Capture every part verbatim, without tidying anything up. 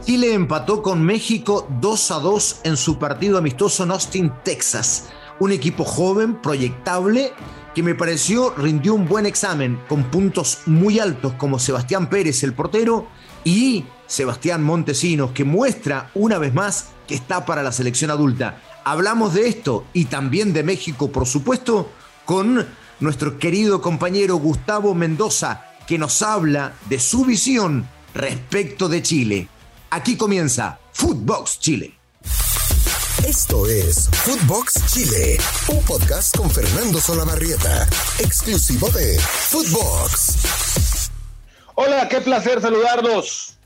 Chile empató con México dos a dos en su partido amistoso en Austin, Texas. Un equipo joven, proyectable, que me pareció rindió un buen examen, con puntos muy altos como Sebastián Pérez, el portero, y Sebastián Montesinos, que muestra una vez más que está para la selección adulta. Hablamos de esto y también de México, por supuesto, con nuestro querido compañero Gustavo Mendoza, que nos habla de su visión respecto de Chile. Aquí comienza Footbox Chile. Esto es Footbox Chile, un podcast con Fernando Solabarrieta, exclusivo de Footbox. Hola, qué placer saludarlos.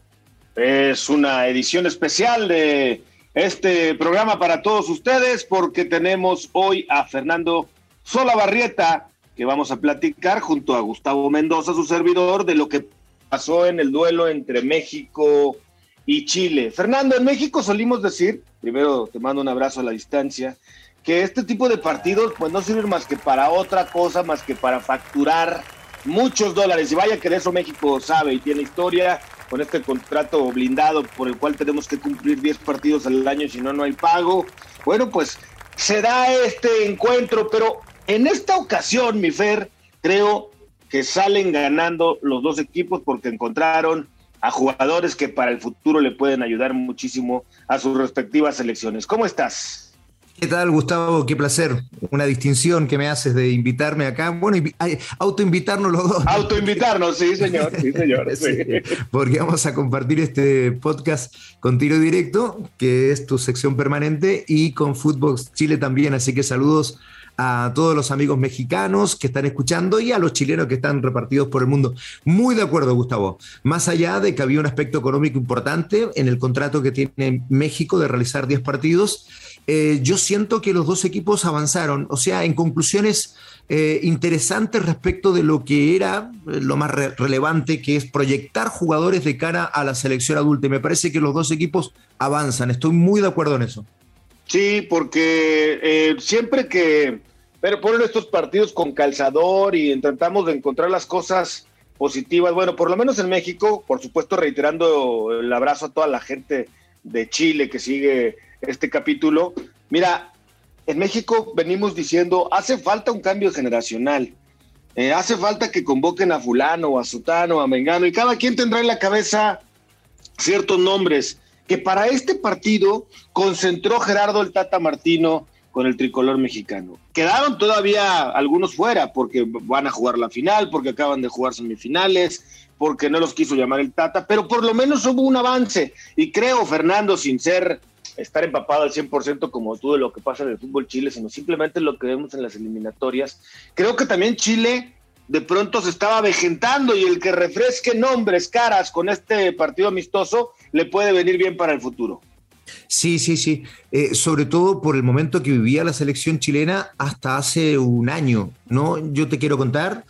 Es una edición especial de este programa para todos ustedes porque tenemos hoy a Fernando Solabarrieta, que vamos a platicar junto a Gustavo Mendoza, su servidor, de lo que pasó en el duelo entre México y Chile. Fernando, en México solimos decir, primero te mando un abrazo a la distancia, que este tipo de partidos pues no sirven más que para otra cosa, más que para facturar muchos dólares. Y vaya que de eso México sabe y tiene historia con este contrato blindado por el cual tenemos que cumplir diez partidos al año, si no, no hay pago. Bueno, pues se da este encuentro, pero en esta ocasión, mi Fer, creo que salen ganando los dos equipos porque encontraron a jugadores que para el futuro le pueden ayudar muchísimo a sus respectivas selecciones. ¿Cómo estás? ¿Qué tal, Gustavo? Qué placer. Una distinción que me haces de invitarme acá. Bueno, autoinvitarnos los dos. Autoinvitarnos, sí, señor. Sí, señor. Sí. Sí, porque vamos a compartir este podcast con Tiro Directo, que es tu sección permanente, y con Footbox Chile también. Así que saludos a todos los amigos mexicanos que están escuchando y a los chilenos que están repartidos por el mundo. Muy de acuerdo, Gustavo. Más allá de que había un aspecto económico importante en el contrato que tiene México de realizar diez partidos, eh, yo siento que los dos equipos avanzaron, o sea, en conclusiones eh, interesantes respecto de lo que era eh, lo más re- relevante, que es proyectar jugadores de cara a la selección adulta. Y me parece que los dos equipos avanzan. Estoy muy de acuerdo en eso. Sí, porque eh, siempre que pero ponen estos partidos con calzador y tratamos de encontrar las cosas positivas, bueno, por lo menos en México, por supuesto reiterando el abrazo a toda la gente de Chile que sigue este capítulo. Mira, en México venimos diciendo, hace falta un cambio generacional, eh, hace falta que convoquen a fulano, a sutano, a mengano, y cada quien tendrá en la cabeza ciertos nombres que para este partido concentró Gerardo el Tata Martino con el tricolor mexicano. Quedaron todavía algunos fuera porque van a jugar la final, porque acaban de jugar semifinales, porque no los quiso llamar el Tata, pero por lo menos hubo un avance. Y creo, Fernando, sin ser estar empapado al cien por ciento como tú de lo que pasa en el fútbol Chile, sino simplemente lo que vemos en las eliminatorias, creo que también Chile de pronto se estaba avejentando y el que refresque nombres, caras con este partido amistoso le puede venir bien para el futuro. Sí, sí, sí. Eh, sobre todo por el momento que vivía la selección chilena hasta hace un año, ¿no? Yo te quiero contar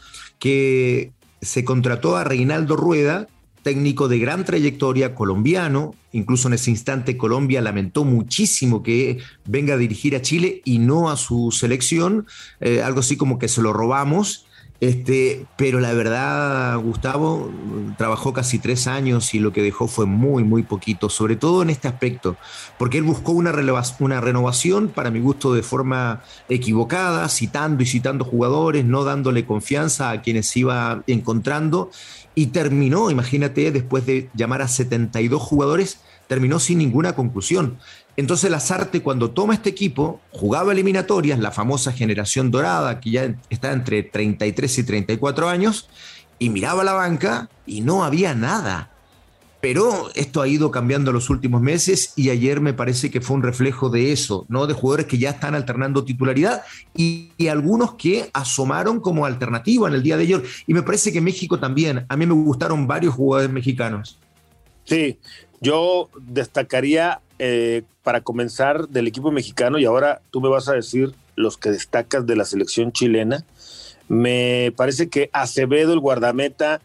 que se contrató a Reinaldo Rueda, técnico de gran trayectoria, colombiano. Incluso en ese instante Colombia lamentó muchísimo que venga a dirigir a Chile y no a su selección, eh, algo así como que se lo robamos. Este, pero la verdad, Gustavo trabajó casi tres años y lo que dejó fue muy, muy poquito, sobre todo en este aspecto, porque él buscó una, releva- una renovación, para mi gusto, de forma equivocada, citando y citando jugadores, no dándole confianza a quienes iba encontrando, y terminó, imagínate, después de llamar a setenta y dos jugadores, terminó sin ninguna conclusión. Entonces Lasarte, cuando toma este equipo, jugaba eliminatorias, la famosa generación dorada, que ya está entre treinta y tres y treinta y cuatro años, y miraba la banca y no había nada. Pero esto ha ido cambiando los últimos meses y ayer me parece que fue un reflejo de eso, ¿no? De jugadores que ya están alternando titularidad y, y algunos que asomaron como alternativa en el día de ayer. Y me parece que México también. A mí me gustaron varios jugadores mexicanos. Sí, yo destacaría eh, para comenzar del equipo mexicano, y ahora tú me vas a decir los que destacas de la selección chilena. Me parece que Acevedo, el guardameta,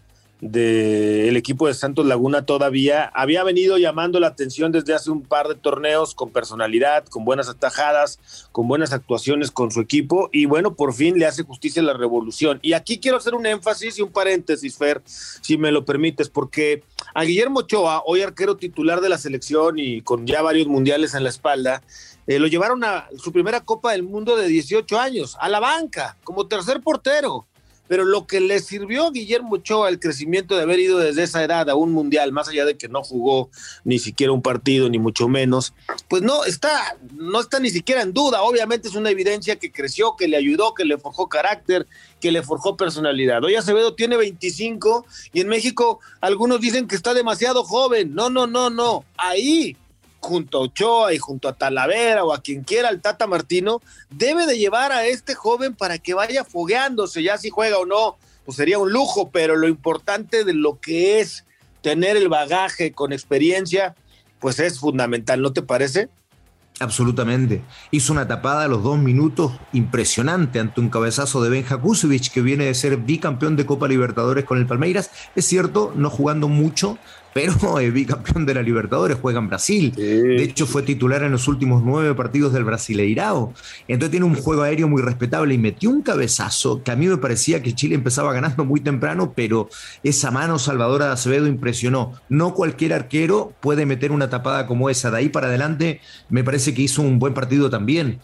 del equipo de Santos Laguna todavía. Había venido llamando la atención desde hace un par de torneos, con personalidad, con buenas atajadas, con buenas actuaciones con su equipo, y bueno, por fin le hace justicia a la Revolución. Y aquí quiero hacer un énfasis y un paréntesis, Fer, si me lo permites, porque a Guillermo Ochoa, hoy arquero titular de la selección y con ya varios mundiales en la espalda, eh, lo llevaron a su primera Copa del Mundo de dieciocho años, a la banca, como tercer portero. Pero lo que le sirvió a Guillermo Ochoa el crecimiento de haber ido desde esa edad a un mundial, más allá de que no jugó ni siquiera un partido, ni mucho menos, pues no está, no está ni siquiera en duda. Obviamente es una evidencia que creció, que le ayudó, que le forjó carácter, que le forjó personalidad. Hoy Acevedo tiene veinticinco y en México algunos dicen que está demasiado joven. No, no, no, no. Ahí, junto a Ochoa y junto a Talavera o a quien quiera, el Tata Martino, debe de llevar a este joven para que vaya fogueándose, ya si juega o no, pues sería un lujo, pero lo importante de lo que es tener el bagaje con experiencia, pues es fundamental, ¿no te parece? Absolutamente. Hizo una tapada a los dos minutos impresionante ante un cabezazo de Benja Kusevich, que viene de ser bicampeón de Copa Libertadores con el Palmeiras. Es cierto, no jugando mucho, pero es bicampeón de la Libertadores, juega en Brasil. Sí. De hecho, fue titular en los últimos nueve partidos del Brasileirao. Entonces tiene un juego aéreo muy respetable y metió un cabezazo que a mí me parecía que Chile empezaba ganando muy temprano, pero esa mano salvadora de Acevedo impresionó. No cualquier arquero puede meter una tapada como esa. De ahí para adelante me parece que hizo un buen partido también.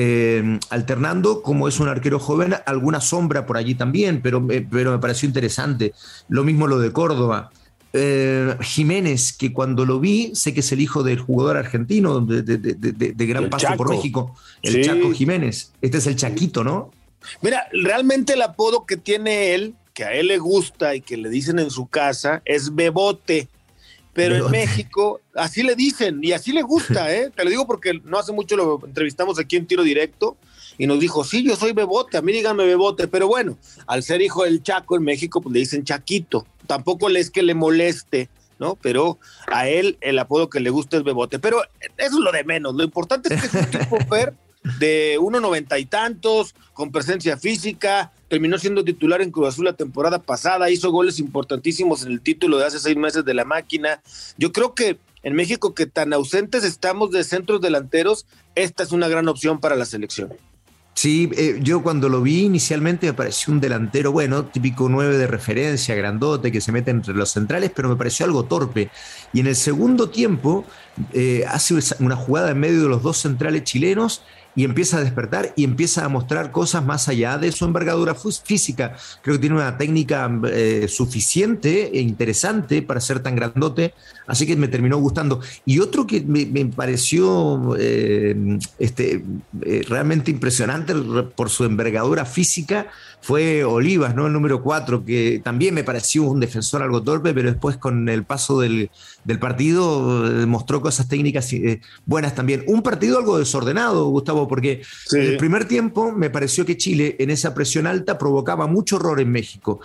Eh, alternando, como es un arquero joven, alguna sombra por allí también, pero, pero me pareció interesante. Lo mismo lo de Córdoba. Eh, Jiménez, que cuando lo vi, sé que es el hijo del jugador argentino de, de, de, de, de gran el paso Chaco. Por México, el sí. Chaco Jiménez. Este es el Chaquito, ¿no? Mira, realmente el apodo que tiene él, que a él le gusta y que le dicen en su casa, es Bebote. Pero Bebote. En México, así le dicen y así le gusta, ¿eh? Te lo digo porque no hace mucho lo entrevistamos aquí en Tiro Directo y nos dijo, sí, yo soy Bebote, a mí díganme Bebote, pero bueno, al ser hijo del Chaco en México, pues le dicen Chaquito. Tampoco es que le moleste, ¿no? Pero a él el apodo que le gusta es Bebote. Pero eso es lo de menos. Lo importante es que es un tipo, Fer, de uno noventa y tantos, con presencia física, terminó siendo titular en Cruz Azul la temporada pasada, hizo goles importantísimos en el título de hace seis meses de la Máquina. Yo creo que en México, que tan ausentes estamos de centros delanteros, esta es una gran opción para la selección. Sí, eh, yo cuando lo vi inicialmente me pareció un delantero, bueno, típico nueve de referencia, grandote, que se mete entre los centrales, pero me pareció algo torpe. Y en el segundo tiempo eh, hace una jugada en medio de los dos centrales chilenos y empieza a despertar y empieza a mostrar cosas más allá de su envergadura física. Creo que tiene una técnica eh, suficiente e interesante para ser tan grandote, así que me terminó gustando. Y otro que me, me pareció eh, este, eh, realmente impresionante por su envergadura física fue Olivas, ¿no? El número cuatro, que también me pareció un defensor algo torpe, pero después con el paso del, del partido eh, mostró cosas técnicas eh, buenas también. Un partido algo desordenado, Gustavo, porque sí. En el primer tiempo me pareció que Chile en esa presión alta provocaba mucho error en México,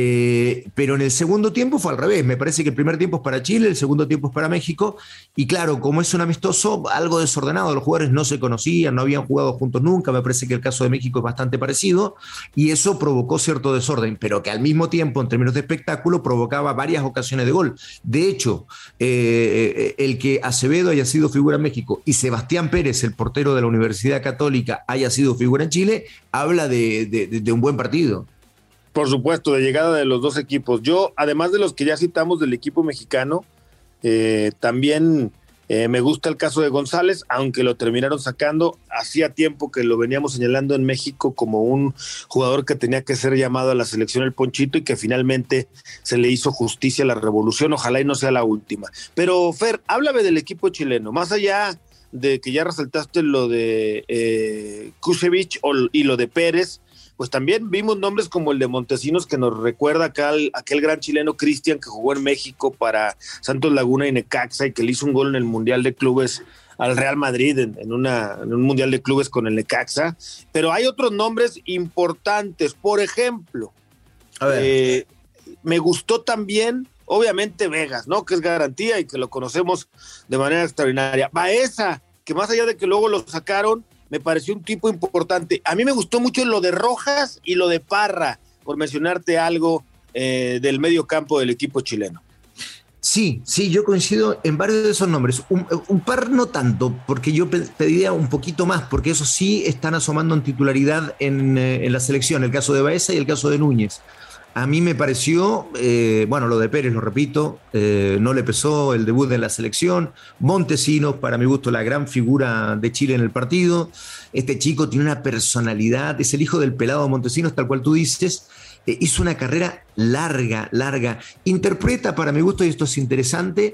eh, pero en el segundo tiempo fue al revés. Me parece que el primer tiempo es para Chile, el segundo tiempo es para México, y claro, como es un amistoso, algo desordenado, los jugadores no se conocían, no habían jugado juntos nunca. Me parece que el caso de México es bastante parecido, y eso provocó cierto desorden, pero que al mismo tiempo, en términos de espectáculo, provocaba varias ocasiones de gol. De hecho, eh, el que Acevedo haya sido figura en México y Sebastián Pérez, el portero de la Universidad Católica, haya sido figura en Chile, habla de, de, de un buen partido. Por supuesto, de llegada de los dos equipos. Yo, además de los que ya citamos del equipo mexicano, eh, también eh, me gusta el caso de González, aunque lo terminaron sacando. Hacía tiempo que lo veníamos señalando en México como un jugador que tenía que ser llamado a la selección el Ponchito y que finalmente se le hizo justicia a la Revolución. Ojalá y no sea la última. Pero, Fer, háblame del equipo chileno, más allá de que ya resaltaste lo de eh, Kusevich y lo de Pérez, pues también vimos nombres como el de Montesinos, que nos recuerda acá al, aquel gran chileno Cristian que jugó en México para Santos Laguna y Necaxa y que le hizo un gol en el Mundial de Clubes al Real Madrid en, en, una, en un Mundial de Clubes con el Necaxa. Pero hay otros nombres importantes, por ejemplo, a ver. Eh, me gustó también obviamente Vegas, ¿no? Que es garantía y que lo conocemos de manera extraordinaria. Baeza, que más allá de que luego lo sacaron, me pareció un tipo importante. A mí me gustó mucho lo de Rojas y lo de Parra, por mencionarte algo eh, del medio campo del equipo chileno. Sí, sí, yo coincido en varios de esos nombres. Un, un par no tanto, porque yo pediría un poquito más, porque esos sí están asomando en titularidad en, en la selección, el caso de Baeza y el caso de Núñez. A mí me pareció, eh, bueno, lo de Pérez, lo repito, eh, no le pesó el debut de la selección. Montesinos, para mi gusto, la gran figura de Chile en el partido. Este chico tiene una personalidad, es el hijo del pelado Montesinos, tal cual tú dices. Eh, hizo una carrera larga, larga. Interpreta, para mi gusto, y esto es interesante,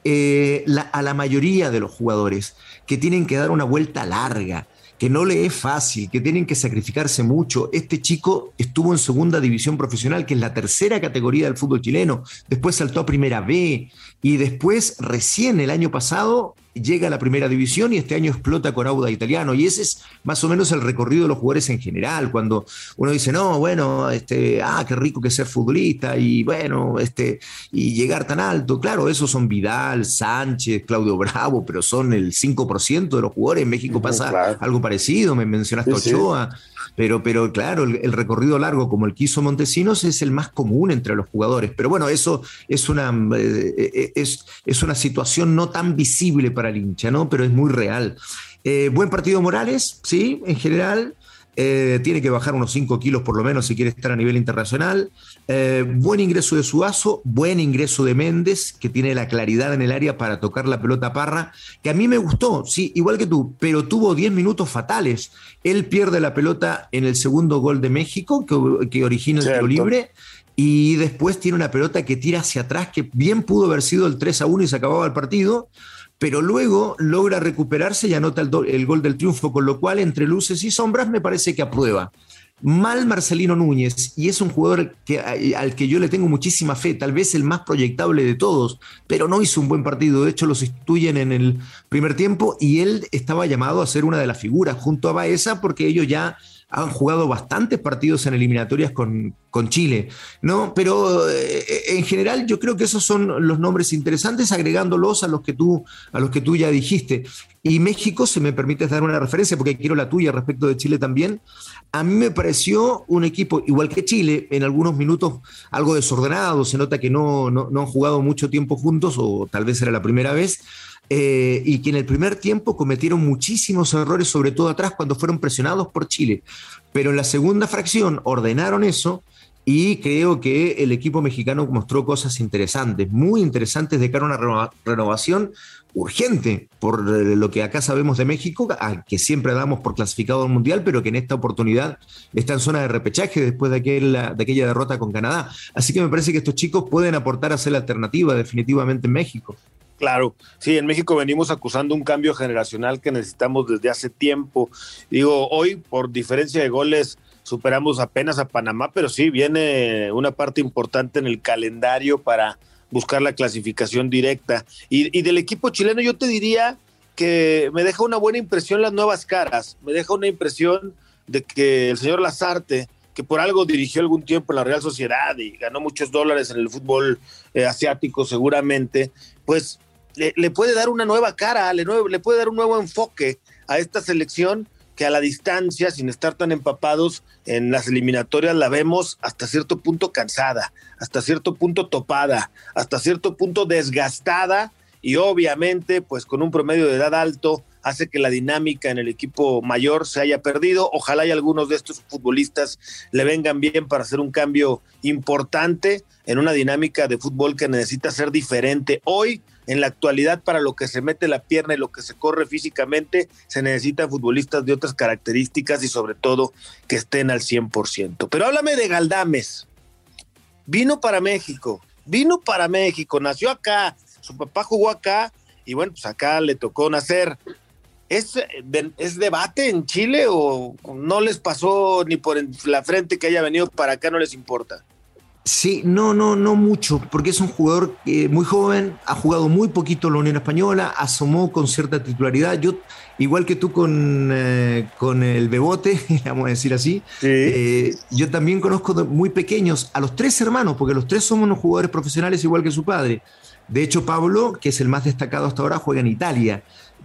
eh, la, a la mayoría de los jugadores que tienen que dar una vuelta larga, que no le es fácil, que tienen que sacrificarse mucho. Este chico estuvo en segunda división profesional, que es la tercera categoría del fútbol chileno, después saltó a primera B, y después, recién el año pasado, llega a la primera división y este año explota con Audax Italiano, y ese es más o menos el recorrido de los jugadores en general, cuando uno dice, no, bueno, este, ah, qué rico que es ser futbolista, y bueno, este, y llegar tan alto. Claro, esos son Vidal, Sánchez, Claudio Bravo, pero son el cinco por ciento de los jugadores. En México pasa claro. algo parecido, me mencionaste sí, Ochoa, sí. Pero, pero claro, el, el recorrido largo como el que hizo Montesinos es el más común entre los jugadores. Pero bueno, eso es una, eh, es, es una situación no tan visible para el hincha, ¿no? Pero es muy real. Eh, buen partido Morales, sí, en general. Eh, tiene que bajar unos cinco kilos por lo menos si quiere estar a nivel internacional. Eh, buen ingreso de Suazo, buen ingreso de Méndez, que tiene la claridad en el área para tocar la pelota a Parra, que a mí me gustó, sí, igual que tú, pero tuvo diez minutos fatales. Él pierde la pelota en el segundo gol de México, que, que origina el tiro libre, y después tiene una pelota que tira hacia atrás, que bien pudo haber sido el tres a uno y se acababa el partido, pero luego logra recuperarse y anota el, do, el gol del triunfo, con lo cual, entre luces y sombras, me parece que aprueba. Mal Marcelino Núñez, y es un jugador que, al que yo le tengo muchísima fe, tal vez el más proyectable de todos, pero no hizo un buen partido. De hecho, lo sustituyen en el primer tiempo y él estaba llamado a ser una de las figuras junto a Baeza, porque ellos ya han jugado bastantes partidos en eliminatorias con, con Chile, ¿no? Pero eh, en general yo creo que esos son los nombres interesantes, agregándolos a los que tú, a los que tú ya dijiste. Y México, si me permites dar una referencia, porque quiero la tuya respecto de Chile también, a mí me pareció un equipo, igual que Chile, en algunos minutos algo desordenado, se nota que no, no, no han jugado mucho tiempo juntos, o tal vez era la primera vez, Eh, y que en el primer tiempo cometieron muchísimos errores, sobre todo atrás, cuando fueron presionados por Chile. Pero en la segunda fracción ordenaron eso y creo que el equipo mexicano mostró cosas interesantes, muy interesantes, de cara a una renova- renovación urgente, por lo que acá sabemos de México, a que siempre damos por clasificado al Mundial, pero que en esta oportunidad está en zona de repechaje después de aquella, de aquella derrota con Canadá. Así que me parece que estos chicos pueden aportar a ser la alternativa definitivamente en México. Claro, sí, en México venimos acusando un cambio generacional que necesitamos desde hace tiempo. Digo, hoy por diferencia de goles superamos apenas a Panamá, pero sí viene una parte importante en el calendario para buscar la clasificación directa. Y, y del equipo chileno yo te diría que me deja una buena impresión las nuevas caras, me deja una impresión de que el señor Lasarte, que por algo dirigió algún tiempo en la Real Sociedad y ganó muchos dólares en el fútbol eh, asiático seguramente, pues Le, le puede dar una nueva cara, le, le puede dar un nuevo enfoque a esta selección que a la distancia, sin estar tan empapados en las eliminatorias, la vemos hasta cierto punto cansada, hasta cierto punto topada, hasta cierto punto desgastada, y obviamente pues con un promedio de edad alto hace que la dinámica en el equipo mayor se haya perdido. Ojalá y algunos de estos futbolistas le vengan bien para hacer un cambio importante en una dinámica de fútbol que necesita ser diferente. Hoy, en la actualidad, para lo que se mete la pierna y lo que se corre físicamente, se necesitan futbolistas de otras características y sobre todo que estén al cien por ciento. Pero háblame de Galdames. Vino para México, vino para México, nació acá, su papá jugó acá y bueno, pues acá le tocó nacer. ¿Es, de, ¿Es debate en Chile o no les pasó ni por la frente que haya venido para acá, no les importa? Sí, no, no, no mucho, porque es un jugador eh, muy joven, ha jugado muy poquito en la Unión Española, asomó con cierta titularidad. Yo, igual que tú con, eh, con el Bebote, vamos a decir así, sí. eh, yo también conozco muy pequeños a los tres hermanos, porque los tres somos unos jugadores profesionales igual que su padre. De hecho, Pablo, que es el más destacado hasta ahora, juega en Italia.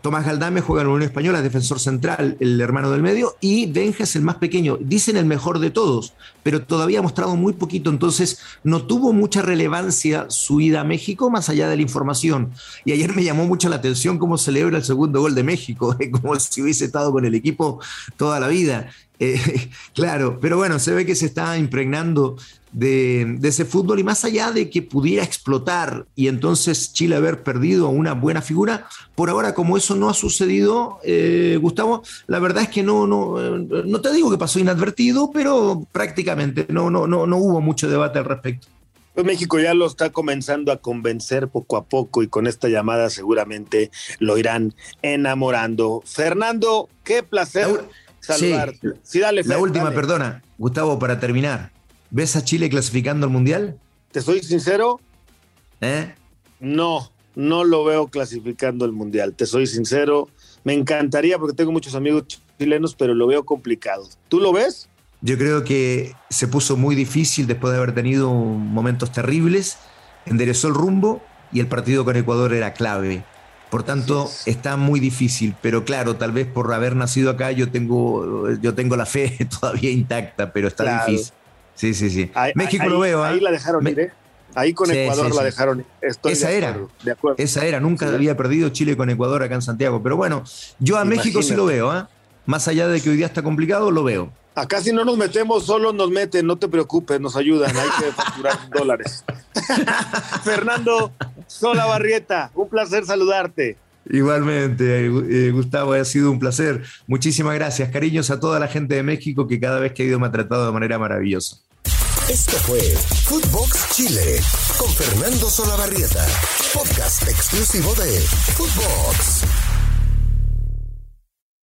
Tomás Galdame juega en la Unión Española, es defensor central, el hermano del medio, y Benja es el más pequeño. Dicen el mejor de todos, pero todavía ha mostrado muy poquito, entonces no tuvo mucha relevancia su ida a México más allá de la información. Y ayer me llamó mucho la atención cómo celebra el segundo gol de México, como si hubiese estado con el equipo toda la vida. Eh, claro, pero bueno, se ve que se está impregnando de, de ese fútbol, y más allá de que pudiera explotar y entonces Chile haber perdido una buena figura, por ahora como eso no ha sucedido, eh, Gustavo, la verdad es que no, no, no te digo que pasó inadvertido, pero prácticamente no, no, no, no hubo mucho debate al respecto. Pues México ya lo está comenzando a convencer poco a poco, y con esta llamada seguramente lo irán enamorando. Fernando, qué placer la, saludarte. Sí, sí, dale, Fer, la última, dale. Perdona, Gustavo, para terminar. ¿Ves a Chile clasificando al Mundial? ¿Te soy sincero? ¿Eh? No, no lo veo clasificando al Mundial, te soy sincero. Me encantaría porque tengo muchos amigos chilenos, pero lo veo complicado. ¿Tú lo ves? Yo creo que se puso muy difícil después de haber tenido momentos terribles, enderezó el rumbo y el partido con Ecuador era clave. Por tanto, sí, está muy difícil, pero claro, tal vez por haber nacido acá yo tengo, yo tengo la fe todavía intacta, pero está claro. difícil. Sí, sí, sí. Ahí, México ahí, lo veo. Ahí ¿eh? la dejaron ir, ¿eh? Ahí con sí, Ecuador sí, la sí. dejaron ir. Estoy esa de era, acuerdo, de acuerdo. Esa era, nunca sí. había perdido Chile con Ecuador acá en Santiago. Pero bueno, yo a Imagínate. México sí lo veo, ¿eh? Más allá de que hoy día está complicado, lo veo. Acá si no nos metemos, solo nos meten, no te preocupes, nos ayudan, hay que facturar dólares. Fernando Solabarrieta, un placer saludarte. Igualmente, eh, Gustavo, ha sido un placer. Muchísimas gracias. Cariños a toda la gente de México que cada vez que he ido me ha tratado de manera maravillosa. Esto fue Footbox Chile con Fernando Solabarrieta, podcast exclusivo de Footbox.